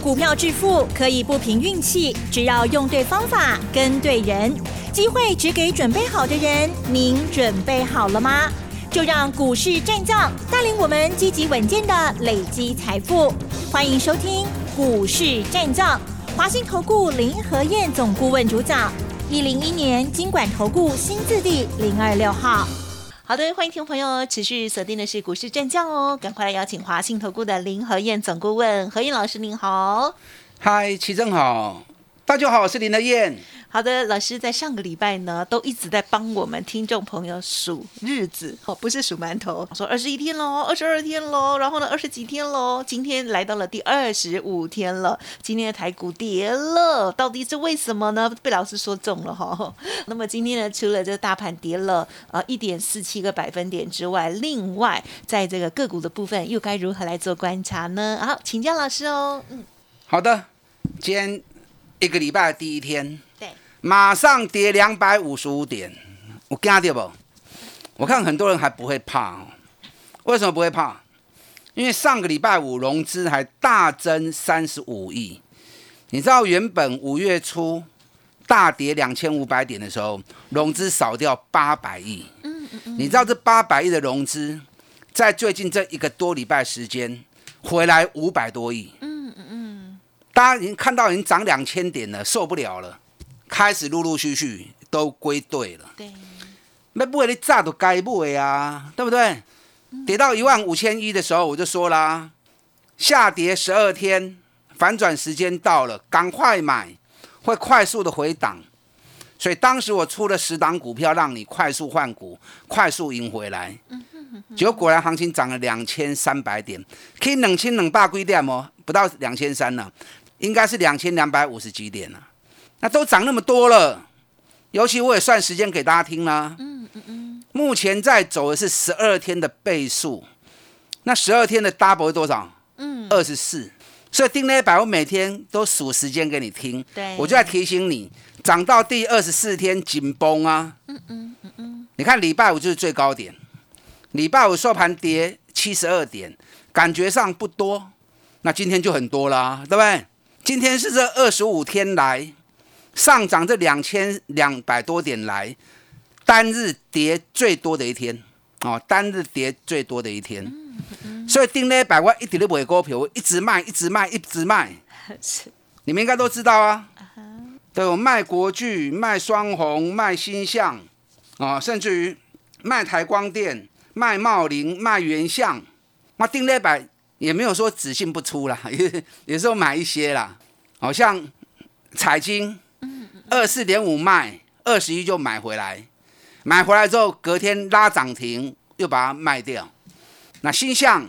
股票致富可以不凭运气，只要用对方法、跟对人。机会只给准备好的人，您准备好了吗？就让股市战将带领我们积极稳健的累积财富。欢迎收听股市战将，华信投顾林和彥总顾问主讲，101年金管投顾新字第026号。好的，欢迎听众朋友持续锁定的是股市战将哦，赶快来邀请华信投顾的林和彥总顾问，和彥老师您好。 嗨，齐正好，大家好，我是林和彥。 好的，老师在上个礼拜呢，都一直在帮我们听众朋友数日子哦，不是数馒头，说21天喽，22天喽，然后呢20几天喽，今天来到了第25天了。今天的台股跌了，到底是为什么呢？被老师说中了哈。那么今天呢，除了这个大盘跌了1.47个百分点之外，另外在这个个股的部分又该如何来做观察呢？好，请教老师哦。 好的，今天一个礼拜的第一天。 对。 马上跌255点，我惊到不？我看很多人还不会怕哦。为什么不会怕？因为上个礼拜五融资还大增35亿。你知道原本5月初大跌2500点的时候，融资少掉800亿。你知道这800亿的融资，在最近这1个多礼拜时间回来500多亿。大家已经看到已经涨2000点了，受不了了。开始陆陆续续都归队了， 对， 要买你早就该买啊，对不对？跌到15100的时候，我就说啦，下跌12天，反转时间到了，赶快买，会快速的回档。所以当时我出了10档股票，让你快速换股，快速赢回来。结果果然行情涨了2300点，可以2200几点哦，不到2300了，应该是2250几点了。那都涨那么多了，尤其我也算时间给大家听啦。目前在走的是12天的倍数，那12天的 double 是多少？24。所以定那100，我每天都数时间给你听。对，我就在提醒你，涨到第24天紧绷啊。你看礼拜五就是最高点，礼拜五收盘跌72点，感觉上不多，那今天就很多啦，对不对？今天是这25天来。上涨这2200多点来，单日跌最多的一天哦，单日跌最多的一天。所以定那100，我一直都买股票，我一直卖，一直卖，一直卖。你们应该都知道啊。对，我卖国巨，卖双红，卖新象啊，甚至于卖台光电，卖茂林，卖原相。那定那100也没有说只信不出啦，有时候买一些啦，好像彩晶。24.5卖，21就买回来，买回来之后隔天拉涨停，又把它卖掉。那新象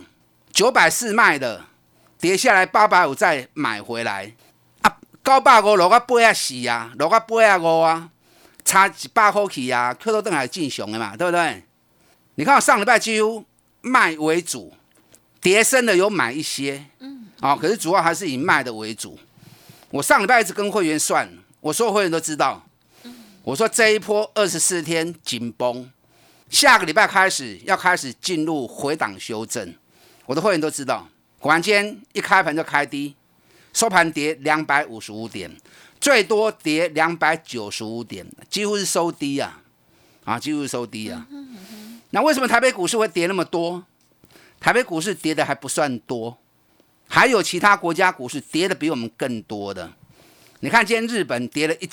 940卖的，跌下来850再买回来，啊，950落到84啊，落到85啊，差100块去啊，扣到等来正常的嘛，对不对？你看我上礼拜几乎卖为主，跌升的有买一些，可是主要还是以卖的为主。我上礼拜一直跟会员算。我所有会员都知道，我说这一波24天紧绷，下个礼拜开始要开始进入回档修正，我的会员都知道。果然今天一开盘就开低，收盘跌255点，最多跌295点，几乎是收低啊，几乎是收低啊。那为什么台北股市会跌那么多？台北股市跌的还不算多，还有其他国家股市跌的比我们更多的。你看，今天日本跌了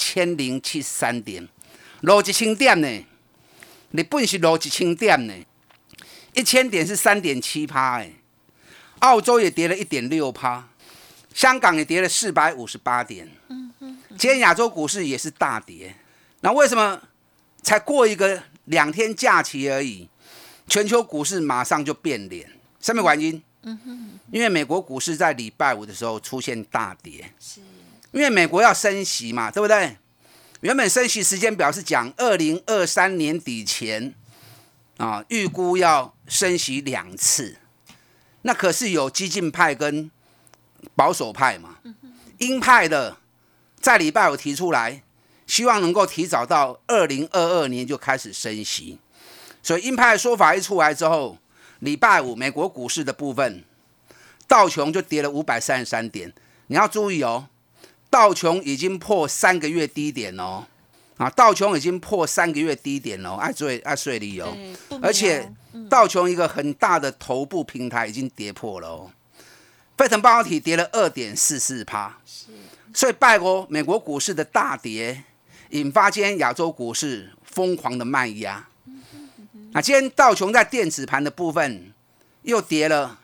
1073点，落1000点呢。日本是落1000点呢，1000点是3.7%哎。澳洲也跌了1.6%，香港也跌了458点。今天亚洲股市也是大跌。那为什么才过一个2天假期而已，全球股市马上就变脸？什么原因？因为美国股市在礼拜五的时候出现大跌。因为美国要升息嘛，对不对？原本升息时间表是讲2023年底前预估要升息2次。那可是有激进派跟保守派嘛。鹰派的在礼拜五提出来，希望能够提早到2022年就开始升息。所以鹰派的说法一出来之后，礼拜五美国股市的部分，道琼就跌了533点。 你要注意哦，道琼已经破3个月低点哦，道琼已经破3个月低点哦，爱睡理哦，而且道琼一个很大的头部平台已经跌破了哦，费城半导体跌了 2.44%， 所以拜国美国股市的大跌，引发今天亚洲股市疯狂的卖压。今天道琼在电子盘的部分又跌了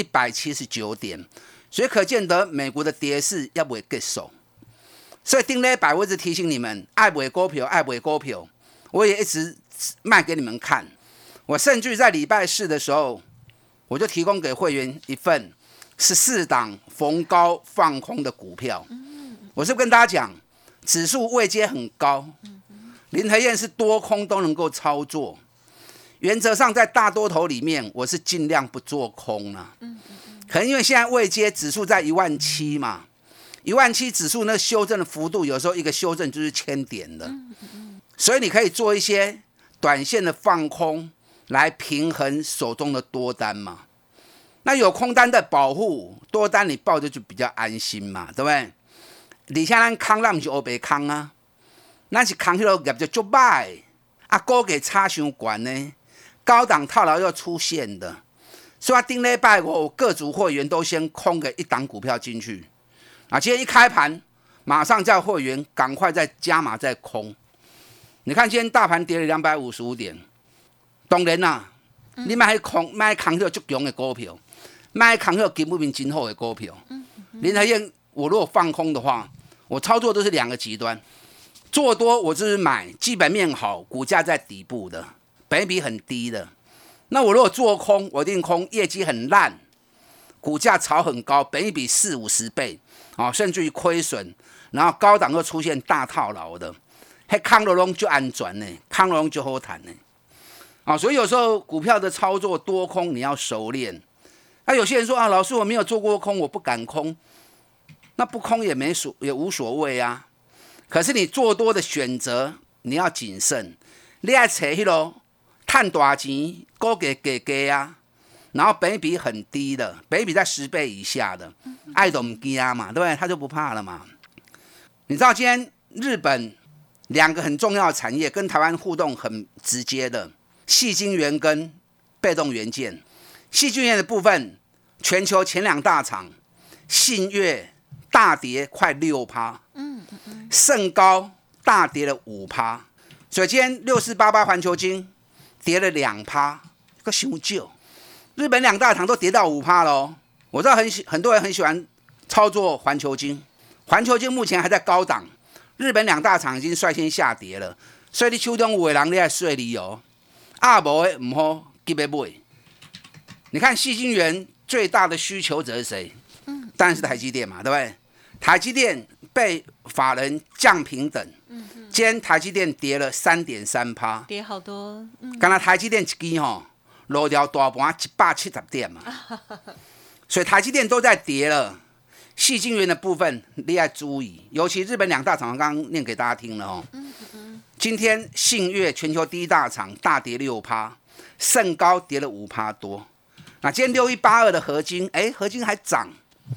179点，所以可见得美国的跌势要不会结束。所以顶礼拜我一直提醒你们，爱买股票，爱买股票，我也一直卖给你们看。我甚至在礼拜四的时候，我就提供给会员一份14档逢高放空的股票。我是跟大家讲，指数位阶很高，林和燕是多空都能够操作。原则上在大多头里面，我是尽量不做空啦。可能因为现在位阶指数在17000嘛，17000指数那修正的幅度，有时候一个修正就是1000点的，所以你可以做一些短线的放空来平衡手中的多单嘛。那有空单的保护，多单你抱着就比较安心嘛，对不对？而且咱空咱不是黑白空啊，咱是空那个业绩就歹股价差伤悬呢。高档套牢又出现的，所以顶礼拜我各组会员都先空个一档股票进去，今天一开盘马上叫会员赶快再加码再空。你看今天大盘跌了255点，当然啦，你买空买空那足强的股票，买空那基本面真好的股票。林和燕，我如果放空的话，我操作都是2个极端，做多我就是买基本面好，股价在底部的。本益比很低的，那我如果做空，我一定空业绩很烂，股价炒很高，本益比40-50倍，甚至于亏损，然后高档又出现大套牢的，那空了就安全呢，空了就好谈呢，所以有时候股票的操作多空你要熟练。那有些人说老师我没有做过空，我不敢空，那不空也无所谓啊。可是你做多的选择你要谨慎，你要找那个赚大钱，股价低啊，然后本益比很低的，本益比在10倍以下的，爱都不怕嘛，对不对？他就不怕了嘛。你知道今天日本2个很重要的产业跟台湾互动很直接的，矽晶圆跟被动元件。矽晶圆的部分，全球前2大厂，信越大跌快6%，盛高大跌了5%，所以今天6488环球晶跌了2%，个伤少。日本2大厂都跌到5%咯。我知道很多人很喜欢操作环球晶，环球晶目前还在高档，日本2大厂已经率先下跌了，所以你手中有的人你要睡理哦，无的不好急着买。你看矽晶圆最大的需求者是谁？当然是台积电嘛，对不对？台积电被法人降评等，今天台积电跌了3.3%， 跌好多。 刚才台积电一支落掉大盘170点嘛，所以台积电都在跌了。矽晶圆的部分你要注意，尤其日本2大厂，刚刚念给大家听了今天信越全球第1大厂大跌6%，盛高跌了5%多。那今天6182的合金，合金还涨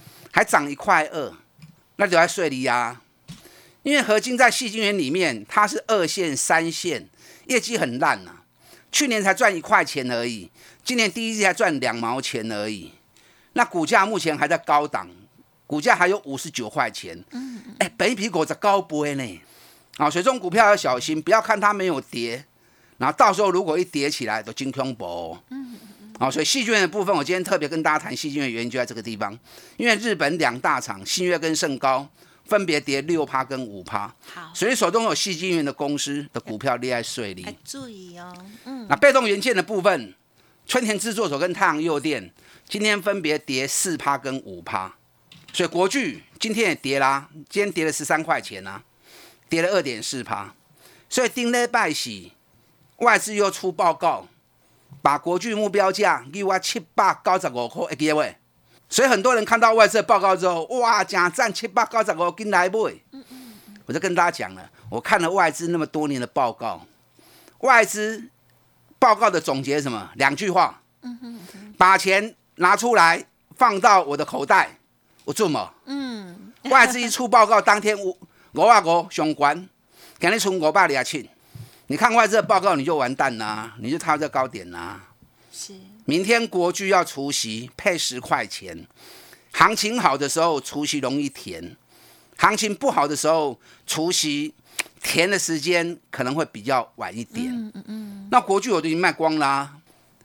1.2块，那就要睡你啊。因为合金在矽晶圆里面，它是2线、3线，业绩很烂啊。去年才赚1块钱而已，今年第一季才赚2毛钱而已。那股价目前还在高档，股价还有59块钱。本益比59倍呢。所以这种股票要小心，不要看它没有跌，然后到时候如果一跌起来，就真恐怖。所以矽晶圆的部分，我今天特别跟大家谈矽晶圆的原因就在这个地方，因为日本2大厂信越跟盛高分别跌6%跟5%，所以手中有矽晶圆的公司的股票厉害税率， 注意哦。 那被动元件的部分，春田制作所跟太阳诱电今天分别跌4%跟5%，所以国巨今天也跌啦，今天跌了13块钱啊，跌了2.4%，所以顶礼拜四外资又出报告。把国巨目标价给我795块，会记得未？所以很多人看到外资的报告之后，哇，真赞，795进来买。我就跟大家讲了，我看了外资那么多年的报告，外资报告的总结是什么？2句话，把钱拿出来放到我的口袋， 有准无？外资一出报告当天5.5上关，今日剩507。你看外资的报告你就完蛋啦，你就套这高点啦。 是。 明天国巨要除息，配10块钱。行情好的时候除息容易填，行情不好的时候除息填的时间可能会比较晚一点。那国巨我都已经卖光啦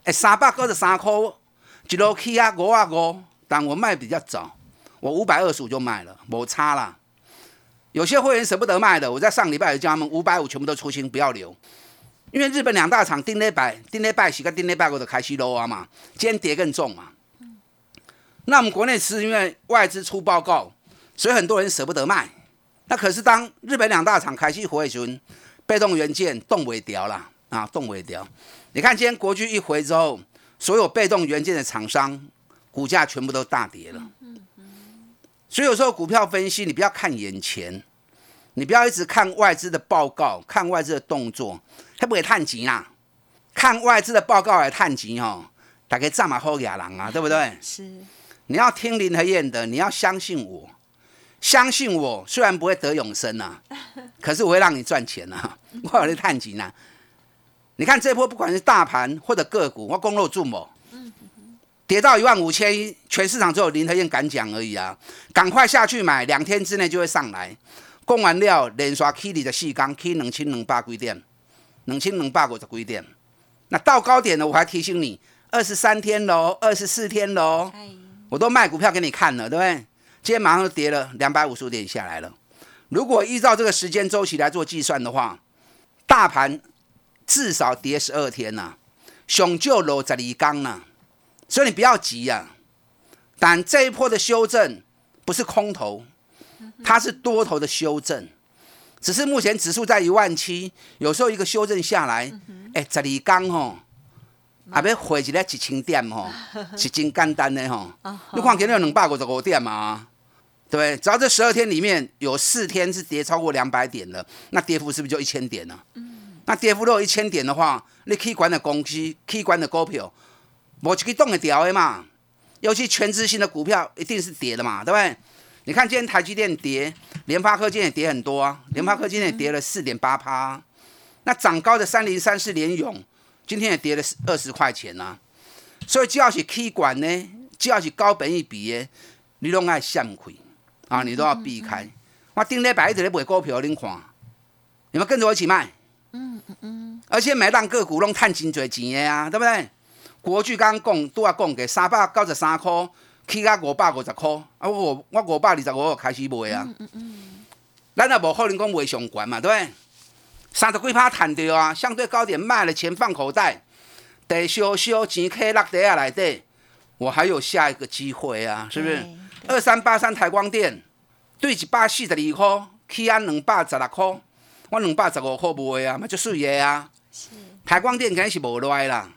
，393块一路起啊5.5，但我卖比较早，我525就卖了，没差啦。有些会员舍不得卖的，我在上礼拜就叫他们550全部都出清，不要留。因为日本2大厂顶礼拜是跟顶礼拜我就开始落啊嘛，今天跌更重嘛。那我们国内是因为外资出报告，所以很多人舍不得卖。那可是当日本2大厂开始回的时候，被动元件动不掉啦，动不掉。你看今天国巨一回之后，所有被动元件的厂商股价全部都大跌了。所以有时候股票分析，你不要看眼前，你不要一直看外资的报告，看外资的动作，它不会探钱啦。看外资的报告来探钱大家站嘛好野人啊，对不对？ 是。你要听林和燕的，你要相信我，相信我，虽然不会得永生可是我会让你赚钱我有在探钱你看这波不管是大盘或者个股，我公路住某，跌到15100，全市场只有林和燕敢讲而已赶快下去买，2天之内就会上来。讲完了，连续起24天，起2200几点，2250几点。那到高点了，我还提醒你，23天咯，24天咯。我都卖股票给你看了，对不对？今天马上就跌了250点下来了。如果依照这个时间周期来做计算的话，大盘至少跌12天上少落12天所以你不要急但这一波的修正不是空头，它是多头的修正，只是目前指数在17000，有时候一个修正下来，12天要回一个1000点是真简单的你看今天有255点对，只要这12天里面有4天是跌超过200点的，那跌幅是不是就1000点了？那跌幅如果1000点的话，你去管的公司、去管的股票，没一个动得掉的嘛。尤其全资性的股票一定是跌的嘛，对不对？你看今天台积电跌，联发科今天也跌很多联发科今天也跌了4.8%。那涨高的3034联咏今天也跌了20块钱所以只要是起管呢，只要是高本益比的，你都要闪开你都要避开。我顶礼拜一直在卖股票，您看，有没有跟着我一起卖？而且每档个股都赚真多钱的对不对？国巨刚讲，都要讲给393块，起到550块我525开始卖咱也无可能讲卖上悬嘛，对不对？30几%赚到相对高点卖了，钱放口袋，地烧烧钱客落地内底，我还有下一个机会是不是？2383台光电对142块，起啊216块，我215块卖嘛足水的台光电肯定是无赖啦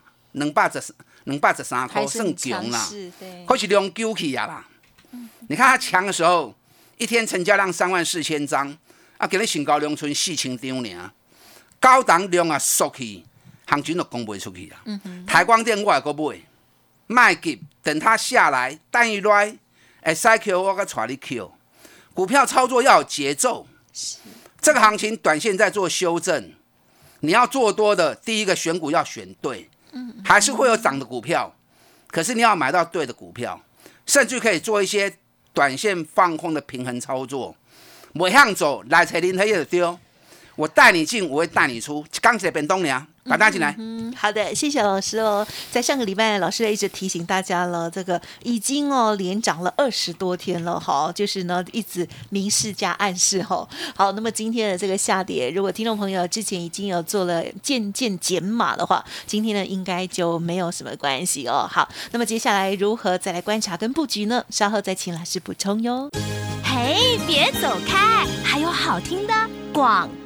，213块算强啦，可是量救起啦。你看它强的时候，一天成交量34000张，今日成交量剩4000张尔。高档量缩去，行情就讲不出去台光电我也搁卖急，等它下来，等一来，使 Q 我搁带你 Q。股票操作要有节奏，这个行情短线在做修正，你要做多的，第一个选股要选对，还是会有涨的股票，可是你要买到对的股票，甚至可以做一些短线放空的平衡操作，袂向走来找林和燕就对。我带你进，我会带你出，刚才变动了，把它进来。 好的，谢谢老师哦。在上个礼拜，老师一直提醒大家了，这个已经连涨了20多天了，就是呢一直明示加暗示好，那么今天的这个下跌，如果听众朋友之前已经有做了渐减码的话，今天呢应该就没有什么关系好，那么接下来如何再来观察跟布局呢？稍后再请老师补充哟。 嘿，别走开，还有好听的广告。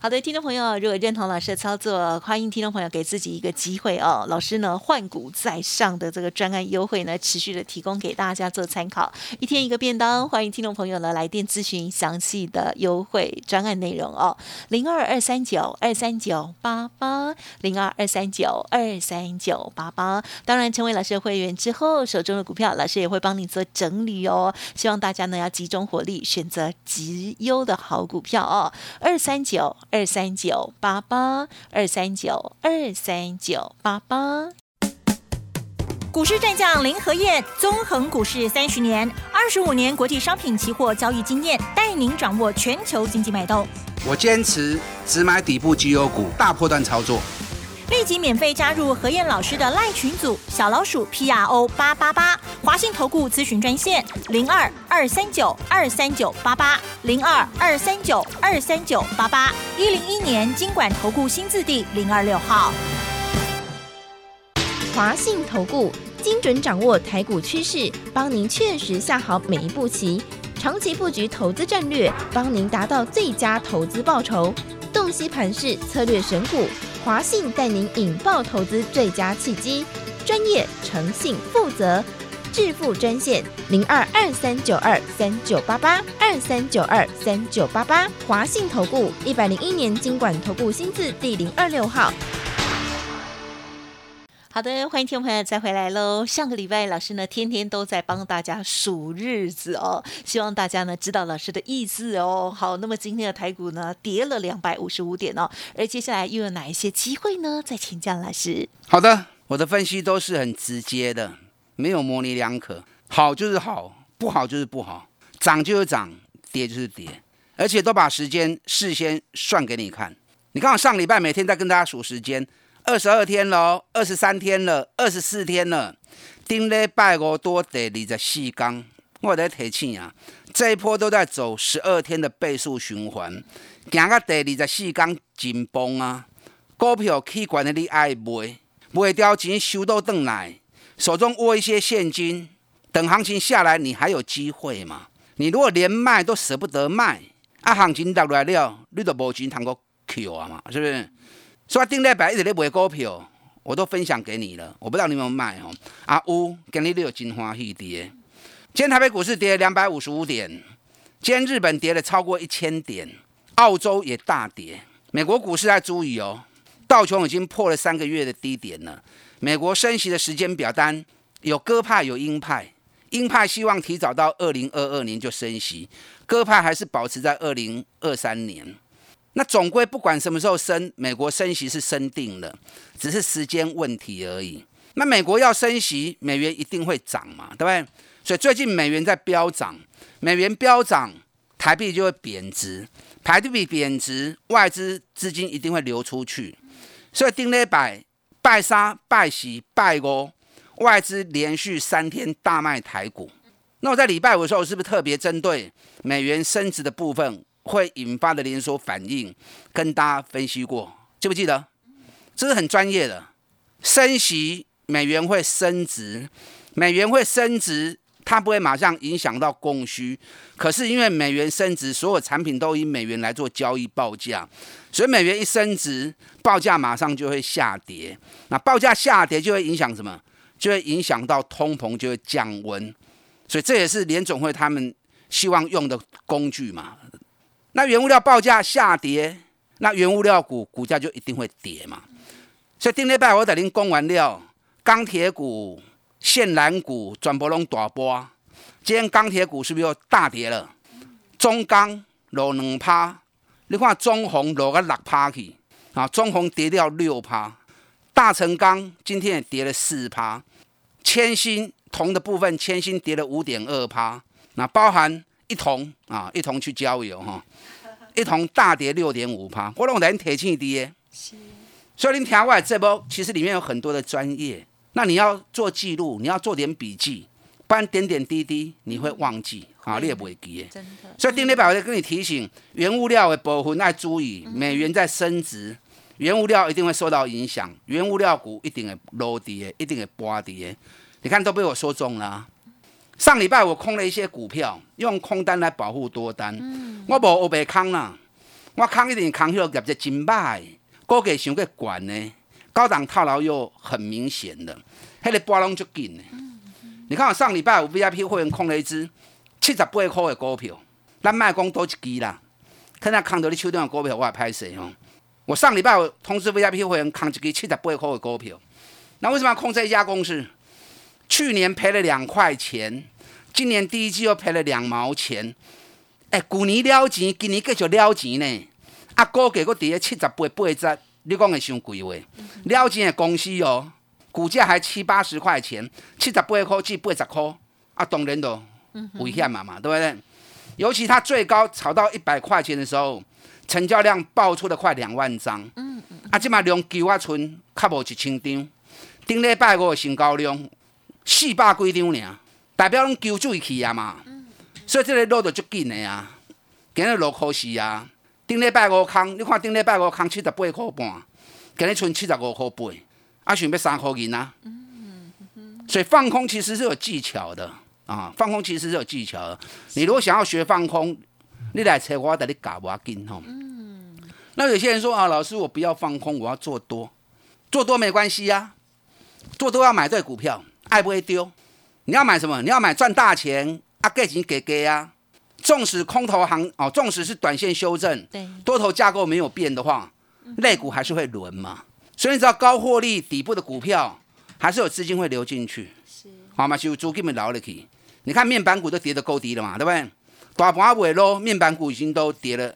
好的，听众朋友，如果认同老师的操作，欢迎听众朋友给自己一个机会哦。老师呢换股在上的这个专案优惠呢，持续的提供给大家做参考。一天一个便当，欢迎听众朋友呢来电咨询详细的优惠专案内容哦。02-239-23988，02-239-23988。当然，成为老师的会员之后，手中的股票老师也会帮你做整理哦。希望大家呢要集中火力，选择绩优的好股票哦。239-239-88，239-239-88。股市战将林和燕，纵横股市30年，25年国际商品期货交易经验，带您掌握全球经济脉动。 我坚持只买底部绩优股，大波段操作。 立即免费加入和燕老师的赖群组，小老鼠 PRO888，华信投顾咨询专线02-239-23988，02-239-23988，101年金管投顾新字第026号。 华信投顾精准掌握台股趋势，帮您确实下好每一步棋，长期布局投资战略，帮您达到最佳投资报酬。洞悉盘势，策略选股，华信带您引爆投资最佳契机，专业、诚信、负责。致富专线02-2392-3988，2392-3988。华信投顾101年金管投顾新字第026号。 好的，欢迎听众朋友再回来喽。上个礼拜老师呢天天都在帮大家数日子哦，希望大家呢知道老师的意思哦。好，那么今天的台股呢跌了255点哦，而接下来又有哪一些机会呢？再请教老师。 好的，我的分析都是很直接的，没有模棱两可。好就是好，不好就是不好，涨就是涨，跌就是跌，而且都把时间事先算给你看。你看我上礼拜每天在跟大家数时间。22天了，23天了，24天了，顶礼拜五多第24天，我在提醒啊，这一波都在走12天的倍数循环，行到第24天真崩啊！股票起悬的你爱卖，卖掉钱收到回来，手中握一些现金，等行情下来，你还有机会吗？你如果连卖都舍不得卖，啊，行情落来了，你就无钱通过扣啊嘛，是不是？所以顶礼拜一直在卖股票，我都分享给你了。我不知道你有没有卖哦？啊有，今日你有真欢喜跌。今天台北股市跌了255点，今天日本跌了超过1000点，澳洲也大跌。美国股市在注意哦，道琼已经破了3个月的低点了。美国升息的时间表单有鸽派有鹰派，鹰派希望提早到2022年就升息，鸽派还是保持在2023年。那总归不管什么时候升，美国升息是升定了，只是时间问题而已。那美国要升息，美元一定会涨嘛，对不对？所以最近美元在飙涨，美元飙涨，台币就会贬值，台币贬值，外资资金一定会流出去。所以顶礼拜拜三、拜四、拜五，外资连续3天大卖台股。那我在礼拜五的时候，是不是特别针对美元升值的部分？会引发的连锁反应，跟大家分析过，记不记得？这是很专业的。升息，美元会升值，美元会升值，它不会马上影响到供需。可是因为美元升值，所有产品都以美元来做交易报价，所以美元一升值，报价马上就会下跌。那报价下跌就会影响什么？就会影响到通膨，就会降温。所以这也是联总会他们希望用的工具嘛。那原物料报价下跌，那原物料股价就一定会跌嘛。所以顶礼拜我跟您讲完了，钢铁股、线缆股全部都大波。今天钢铁股是不是又大跌了？中钢落2%，你看中红落个6%去啊，中红跌掉6%，大成钢今天也跌了4%，千鑫铜的部分，千鑫跌了5.2%，那包含一铜啊，一铜去交油哈，一铜大跌6.5%，我拢人提醒跌，所以您听我的这波，其实里面有很多的专业，那你要做记录，你要做点笔记，不然点点滴滴你会忘记啊，你也不会记的。所以顶礼拜我就跟你提醒，原物料的部分要注意，美元在升值，原物料一定会受到影响，原物料股一定会落跌，一定会跌跌。你看都被我说中了啊。上礼拜我空了一些股票，用空单来保护多单。我没黑白空啦， 我空一定空迄个业绩真歹，股价伤过悬呢，高档套牢又很明显的，迄个波浪就紧的。你看我上礼拜五 VIP 会员空了一支78块的股票，咱卖讲多一支啦，看那空到你手中的股票，我也拍谁哦。我上礼拜我通知 VIP 会员空一支78块的股票，那为什么要空这一家公司？去年赔了2块钱，今年第一季又赔了2毛钱。去年了钱，今年继续了钱呢。啊，股价搁伫78、80，你讲会伤贵话？了钱的公司哦，股价还70、80块钱，78块至80块，啊，当然都危险嘛，对不对？尤其它最高炒到100块钱的时候，成交量爆出了快2万张。啊，即马量球啊，剩较无1000张。顶礼拜五的成交量400几张尔，代表拢球水去啊嘛。所以这个落就足紧的啊，今日落块4啊。顶礼拜五空，你看顶礼拜五空78块半，今日剩75块8，啊，想要3块银啊。所以放空其实是有技巧的啊，放空其实是有技巧的。你如果想要学放空，你来找我，带你教不要紧吼。那有些人说啊，老师我不要放空，我要做多，做多没关系啊，做多要买对股票，爱不会丢。你要买什么？你要买赚大钱啊，给钱给啊。纵使空头行哦，纵使是短线修正，多头架构没有变的话，类股还是会轮嘛。所以你知道高获利底部的股票，还是有资金会流进去，好嘛，是有资金们流入去。你看面板股都跌得够低了嘛，对不对？大盘尾咯，面板股已经都跌了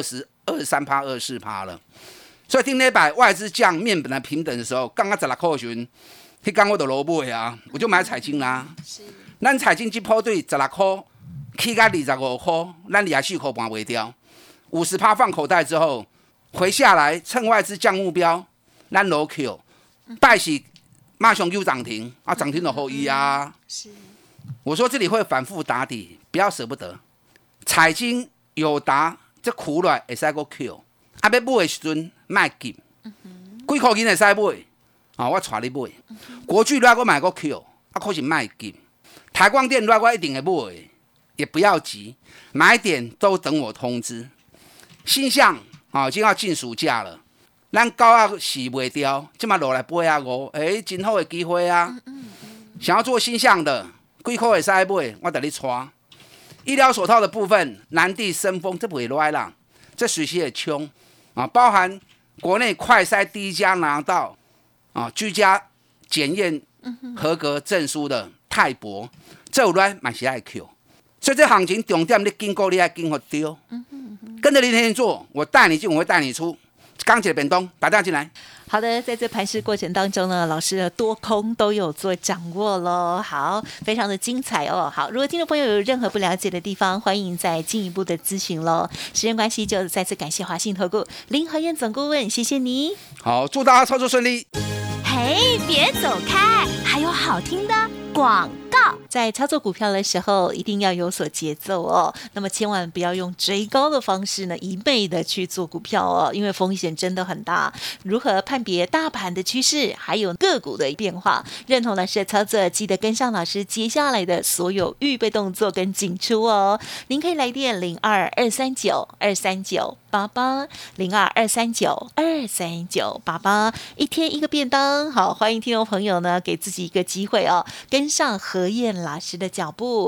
23%、24%了。所以顶礼拜外资降面板的平等的时候，刚刚16块钱，迄天我就落买啊，我就买彩晶啦。咱彩晶这波对16块。起到25块，咱24块半卖掉，50%放口袋之后，回下来趁外资降目标，咱落 Q， 拜是马上又涨停啊，涨停就好伊啊。我说这里会反复打底，不要舍不得。彩晶、友达这苦来会使个 Q， 啊要买的时阵卖急，几块钱会使买啊，我带你买。国巨来我买个 Q， 啊可是卖急。台光电来我一定会买。也不要急，买点都等我通知。新象已经要进暑假了，咱9月洗袂掉，这么落来8.5，真好的机会啊！想要做新象的，几块会使买，我带你带。医疗手套的部分，南地生风这不会赖啦，这随时也冲啊！包含国内快筛第一家拿到居家检验合格证书的泰博，这有赖嘛是爱 Q。所以这行情重点，你经过你要经过丢，跟着林天做，我带你进，我会带你出。钢铁变动，打电话进来。 好的，在这盘势过程当中呢，老师的多空都有做掌握咯。好，非常的精彩哦。好，如果听众朋友有任何不了解的地方，欢迎再进一步的咨询咯。时间关系，就再次感谢华信投顾林和彥总顾问，谢谢你。 好，祝大家操作顺利。 嘿，别走开，还有好听的广告。 在操作股票的时候，一定要有所节奏哦。那么千万不要用追高的方式呢，一昧的去做股票哦，因为风险真的很大。如何判别大盘的趋势，还有个股的变化？认同老师的操作，记得跟上老师接下来的所有预备动作跟进出哦。您可以来电02-239-23988，02-239-23988，一天一个便当。好，欢迎听众朋友呢，给自己一个机会哦，跟上和彥老师的脚步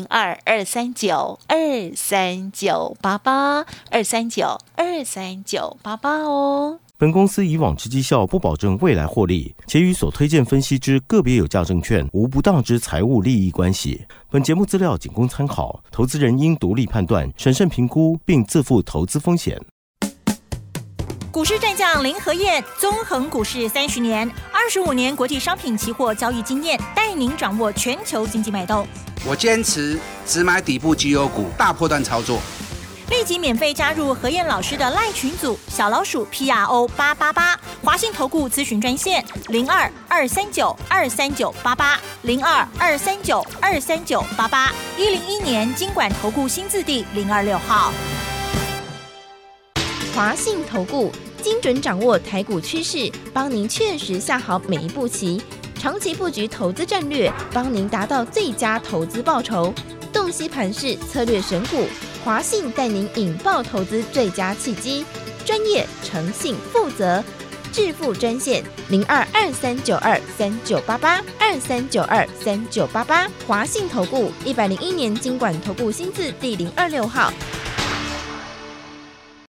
，02-239-23988，239-23988哦。 本公司以往之绩效不保证未来获利，且与所推荐分析之个别有价证券无不当之财务利益关系。本节目资料仅供参考，投资人应独立判断、审慎评估，并自负投资风险。 股市战将林和彥，纵横股市30年，25年国际商品期货交易经验，带您掌握全球经济脉动。 我坚持只买底部绩优股，大波段操作。 立即免费加入和彥老师的赖群组，小老鼠 PRO888，华信投顾咨询专线02-239-23988，02-239-23988，101年金管投顾新字第026号。 华信投顾精准掌握台股趋势，帮您确实下好每一步棋，长期布局投资战略，帮您达到最佳投资报酬。洞悉盘势，策略选股， 华信带您引爆投资最佳契机，专业、诚信、负责。致富专线0223923988，23923988。华信投顾101年金管投顾新字第026号。